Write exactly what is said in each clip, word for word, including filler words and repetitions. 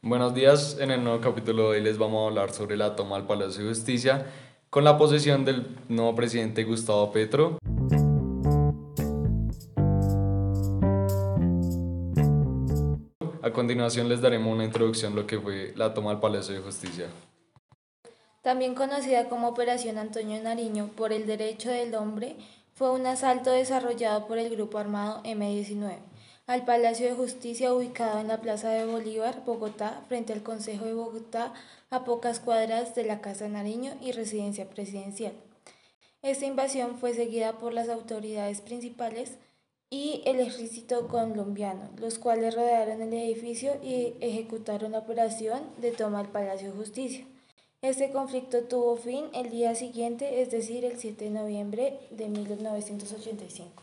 Buenos días, en el nuevo capítulo de hoy les vamos a hablar sobre la toma al Palacio de Justicia con la posesión del nuevo presidente Gustavo Petro. A continuación les daremos una introducción a lo que fue la toma al Palacio de Justicia. También conocida como Operación Antonio Nariño por el derecho del hombre, fue un asalto desarrollado por el grupo armado eme diecinueve al Palacio de Justicia ubicado en la Plaza de Bolívar, Bogotá, frente al Consejo de Bogotá, a pocas cuadras de la Casa Nariño y residencia presidencial. Esta invasión fue seguida por las autoridades principales y el ejército colombiano, los cuales rodearon el edificio y ejecutaron la operación de toma al Palacio de Justicia. Este conflicto tuvo fin el día siguiente, es decir, el siete de noviembre de mil novecientos ochenta y cinco.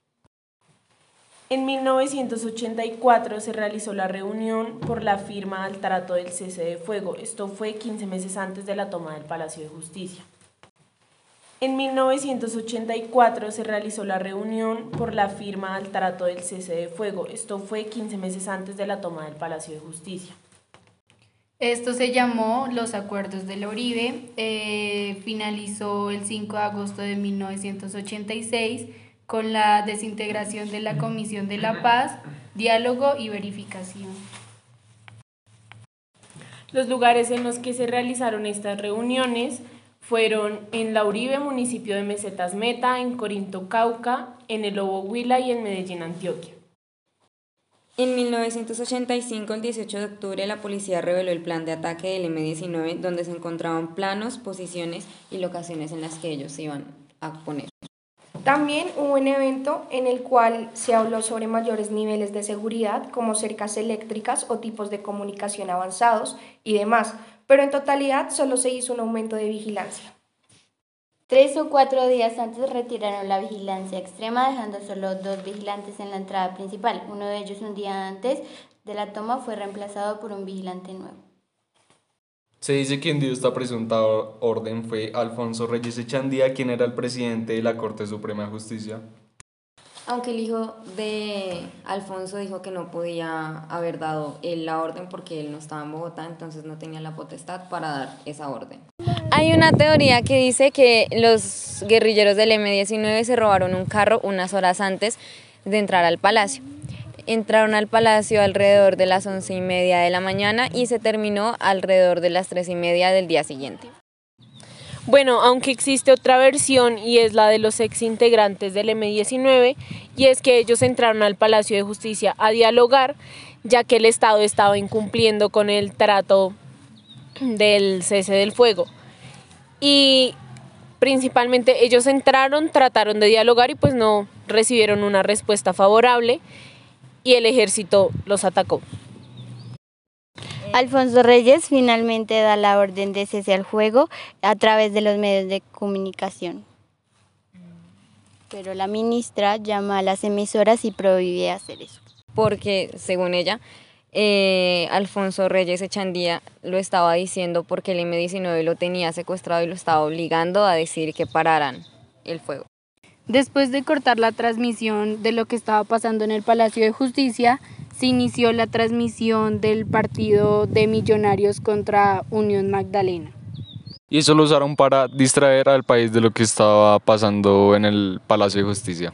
En mil novecientos ochenta y cuatro se realizó la reunión por la firma del Trato del Cese de Fuego. Esto fue quince meses antes de la toma del Palacio de Justicia. En mil novecientos ochenta y cuatro se realizó la reunión por la firma del Trato del Cese de Fuego. Esto fue quince meses antes de la toma del Palacio de Justicia. Esto se llamó los Acuerdos de la Uribe, eh, finalizó el cinco de agosto de mil novecientos ochenta y seis con la desintegración de la Comisión de la Paz, Diálogo y Verificación. Los lugares en los que se realizaron estas reuniones fueron en La Uribe, municipio de Mesetas Meta, en Corinto, Cauca, en el Lobo Huila y en Medellín, Antioquia. En mil novecientos ochenta y cinco, el dieciocho de octubre, la policía reveló el plan de ataque del eme diecinueve, donde se encontraban planos, posiciones y locaciones en las que ellos se iban a poner. También hubo un evento en el cual se habló sobre mayores niveles de seguridad, como cercas eléctricas o tipos de comunicación avanzados y demás, pero en totalidad solo se hizo un aumento de vigilancia. Tres o cuatro días antes retiraron la vigilancia extrema, dejando solo dos vigilantes en la entrada principal. Uno de ellos, un día antes de la toma, fue reemplazado por un vigilante nuevo. Se dice que quien dio esta presunta orden fue Alfonso Reyes Echandía, quien era el presidente de la Corte Suprema de Justicia. Aunque el hijo de Alfonso dijo que no podía haber dado él la orden porque él no estaba en Bogotá, entonces no tenía la potestad para dar esa orden. Hay una teoría que dice que los guerrilleros del eme diecinueve se robaron un carro unas horas antes de entrar al palacio. Entraron al palacio alrededor de las once y media de la mañana y se terminó alrededor de las tres y media del día siguiente. Bueno, aunque existe otra versión y es la de los ex integrantes del eme diecinueve, y es que ellos entraron al Palacio de Justicia a dialogar, ya que el Estado estaba incumpliendo con el trato del cese del fuego. Y principalmente ellos entraron, trataron de dialogar y pues no recibieron una respuesta favorable y el ejército los atacó. Alfonso Reyes finalmente da la orden de cese al fuego a través de los medios de comunicación. Pero la ministra llama a las emisoras y prohíbe hacer eso. Porque, según ella, eh, Alfonso Reyes Echandía lo estaba diciendo porque el eme diecinueve lo tenía secuestrado y lo estaba obligando a decir que pararan el fuego. Después de cortar la transmisión de lo que estaba pasando en el Palacio de Justicia, se inició la transmisión del partido de Millonarios contra Unión Magdalena. Y eso lo usaron para distraer al país de lo que estaba pasando en el Palacio de Justicia.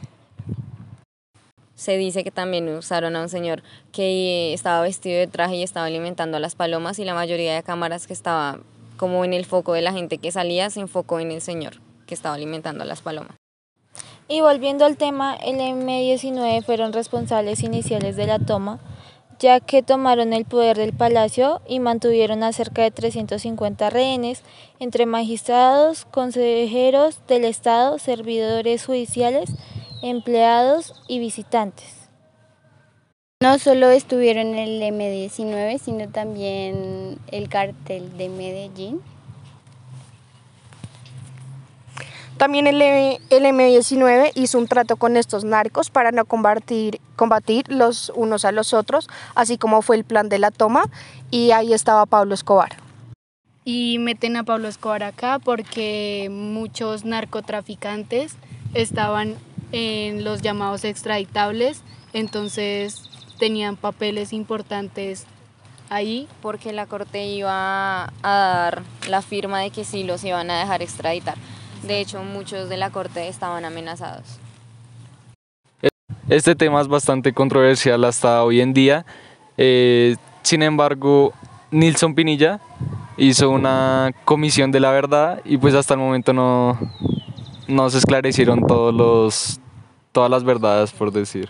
Se dice que también usaron a un señor que estaba vestido de traje y estaba alimentando a las palomas, y la mayoría de cámaras que estaba como en el foco de la gente que salía se enfocó en el señor que estaba alimentando a las palomas. Y volviendo al tema, el eme diecinueve fueron responsables iniciales de la toma, ya que tomaron el poder del palacio y mantuvieron a cerca de trescientos cincuenta rehenes, entre magistrados, consejeros del Estado, servidores judiciales, empleados y visitantes. No solo estuvieron en el eme diecinueve, sino también el cartel de Medellín. También el eme diecinueve hizo un trato con estos narcos para no combatir, combatir los unos a los otros, así como fue el plan de la toma, y ahí estaba Pablo Escobar. Y meten a Pablo Escobar acá porque muchos narcotraficantes estaban en los llamados extraditables, entonces tenían papeles importantes Ahí. Porque la corte iba a dar la firma de que sí los iban a dejar extraditar. De hecho, muchos de la corte estaban amenazados. Este tema es bastante controversial hasta hoy en día. Eh, sin embargo, Nilson Pinilla hizo una comisión de la verdad y pues hasta el momento no, no se esclarecieron todos los, todas las verdades, por decir.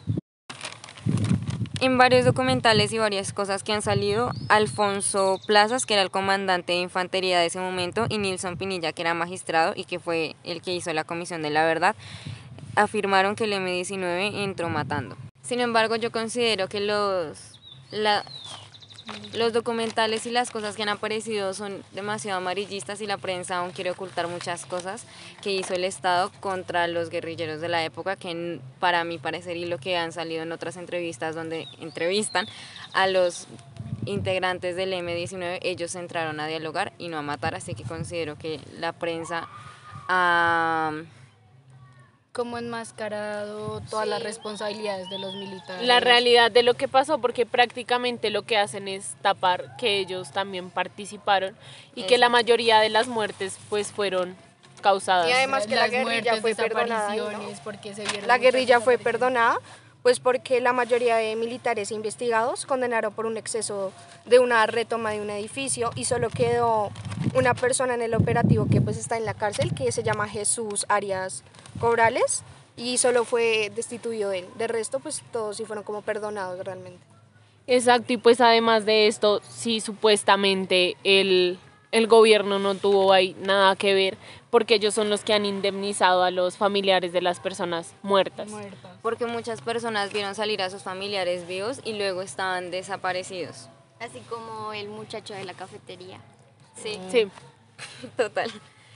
En varios documentales y varias cosas que han salido, Alfonso Plazas, que era el comandante de infantería de ese momento, y Nilson Pinilla, que era magistrado y que fue el que hizo la comisión de la verdad, afirmaron que el eme diecinueve entró matando. Sin embargo, yo considero que los, la, los documentales y las cosas que han aparecido son demasiado amarillistas y la prensa aún quiere ocultar muchas cosas que hizo el Estado contra los guerrilleros de la época, que para mi parecer y lo que han salido en otras entrevistas donde entrevistan a los integrantes del eme diecinueve, ellos entraron a dialogar y no a matar, así que considero que la prensa ha... Uh, como enmascarado todas sí. las responsabilidades de los militares. La realidad de lo que pasó, porque prácticamente lo que hacen es tapar que ellos también participaron y Exacto. que la mayoría de las muertes pues fueron causadas. Y además que las la guerrilla fue perdonada, ¿no? porque se vieron La guerrilla fue perdonada pues porque la mayoría de militares investigados condenaron por un exceso de una retoma de un edificio y solo quedó una persona en el operativo que pues está en la cárcel, que se llama Jesús Arias Corrales, y solo fue destituido de él. De resto pues todos sí fueron como perdonados realmente. Exacto, y pues además de esto, sí supuestamente el, el gobierno no tuvo ahí nada que ver, porque ellos son los que han indemnizado a los familiares de las personas muertas. muertas. Porque muchas personas vieron salir a sus familiares vivos y luego estaban desaparecidos. Así como el muchacho de la cafetería. Sí, sí. Total.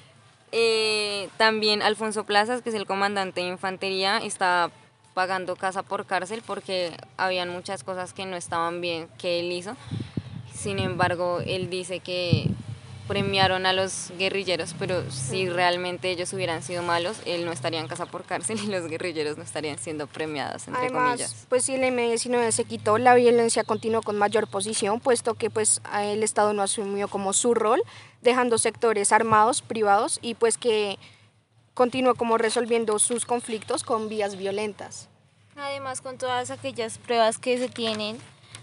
Eh, también Alfonso Plazas, que es el comandante de infantería, está pagando casa por cárcel porque habían muchas cosas que no estaban bien que él hizo. Sin embargo, él dice que premiaron a los guerrilleros, pero si realmente ellos hubieran sido malos, él no estaría en casa por cárcel y los guerrilleros no estarían siendo premiados, entre Además, comillas. Pues si el eme diecinueve se quitó, la violencia continuó con mayor posición, puesto que pues el Estado no asumió como su rol, dejando sectores armados, privados, y pues que continuó como resolviendo sus conflictos con vías violentas. Además, con todas aquellas pruebas que se tienen,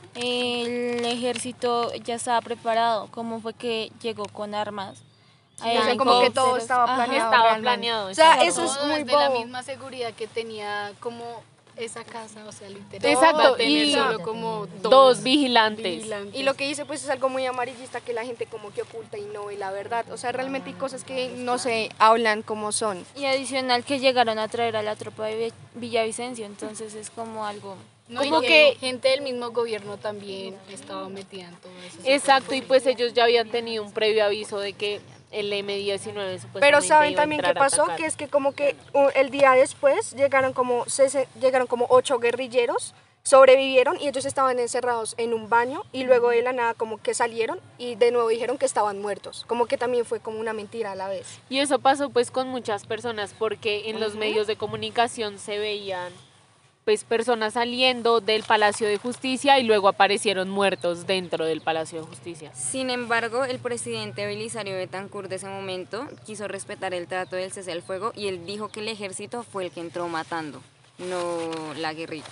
el ejército ya estaba preparado. ¿Cómo fue que llegó con armas? Sí, o sea, como que todo estaba planeado. Ajá, estaba planeado. O sea, exacto. eso es muy de bobo. la misma seguridad que tenía como esa casa, o sea, literal. Exacto, tener y solo como dos, dos vigilantes. vigilantes. Y lo que dice pues es algo muy amarillista que la gente como que oculta y no ve la verdad. O sea, realmente hay cosas que no se hablan como son. Y adicional que llegaron a traer a la tropa de Villavicencio, entonces es como algo... No, como y que gente del mismo gobierno también estaba metida en todo eso. Exacto, y pues ellos ya habían tenido un previo aviso de que el eme diecinueve supuestamente Pero saben iba a también qué entrar a pasó, atacar. que es que como que uh, el día después llegaron como sese- llegaron como ocho guerrilleros, sobrevivieron y ellos estaban encerrados en un baño y luego de la nada como que salieron y de nuevo dijeron que estaban muertos, como que también fue como una mentira a la vez. Y eso pasó pues con muchas personas porque en los medios de comunicación se veían pues personas saliendo del Palacio de Justicia y luego aparecieron muertos dentro del Palacio de Justicia. Sin embargo, el presidente Belisario Betancur de ese momento quiso respetar el trato del cese al fuego y él dijo que el ejército fue el que entró matando, no la guerrilla.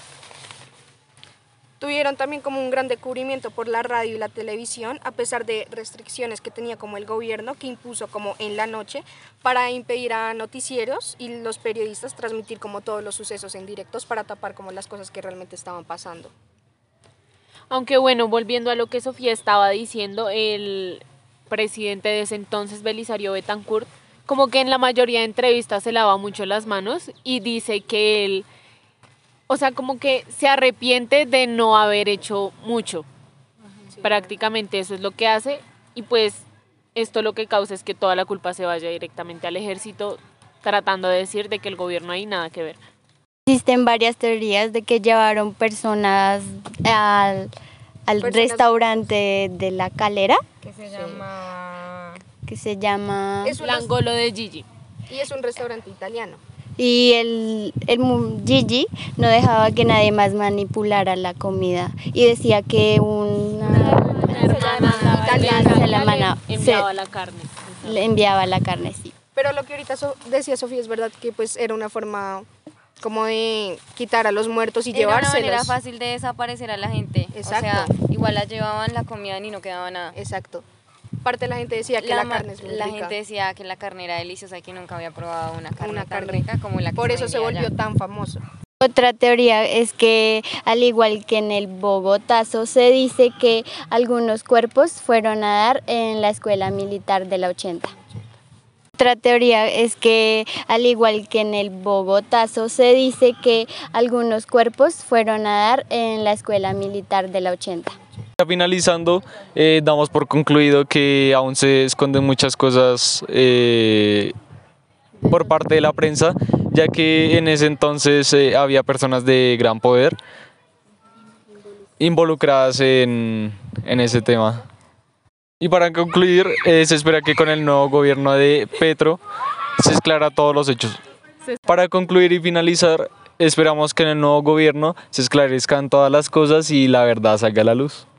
Tuvieron también como un gran descubrimiento por la radio y la televisión, a pesar de restricciones que tenía como el gobierno, que impuso como en la noche para impedir a noticieros y los periodistas transmitir como todos los sucesos en directos para tapar como las cosas que realmente estaban pasando. Aunque bueno, volviendo a lo que Sofía estaba diciendo, el presidente de ese entonces, Belisario Betancur, como que en la mayoría de entrevistas se lava mucho las manos y dice que él... O sea, como que se arrepiente de no haber hecho mucho. Sí, prácticamente eso es lo que hace y pues esto lo que causa es que toda la culpa se vaya directamente al ejército, tratando de decir de que el gobierno ahí nada que ver. Existen varias teorías de que llevaron personas al, al Personas- restaurante de La Calera, Que se llama... que se llama... Es un res- Langolo de Gigi. y es un restaurante italiano. Y el, el mu- Gigi no dejaba que nadie más manipulara la comida y decía que una italiana se la mana- enviaba se- la carne. le enviaba la carne, sí. Pero lo que ahorita so- decía Sofía es verdad que pues era una forma como de quitar a los muertos y Era una llevárselos. manera fácil de desaparecer a la gente. Exacto. O sea, igual la llevaban, la comían y no quedaba nada. Exacto. Parte de la gente decía que la, La, ma- carne es muy la rica. gente decía que la carne era deliciosa y que nunca había probado una carne Una tan carne. rica como la que Por eso se vendía volvió allá. tan famoso. Otra teoría es que, al igual que en el Bogotazo, se dice que algunos cuerpos fueron a dar en la escuela militar de la ochenta. Otra teoría es que, al igual que en el Bogotazo, se dice que algunos cuerpos fueron a dar en la escuela militar de la ochenta. Ya finalizando, eh, damos por concluido que aún se esconden muchas cosas eh, por parte de la prensa, ya que en ese entonces eh, había personas de gran poder involucradas en, en ese tema. Y para concluir, eh, se espera que con el nuevo gobierno de Petro se esclara todos los hechos. Para concluir y finalizar, esperamos que en el nuevo gobierno se esclarezcan todas las cosas y la verdad salga a la luz.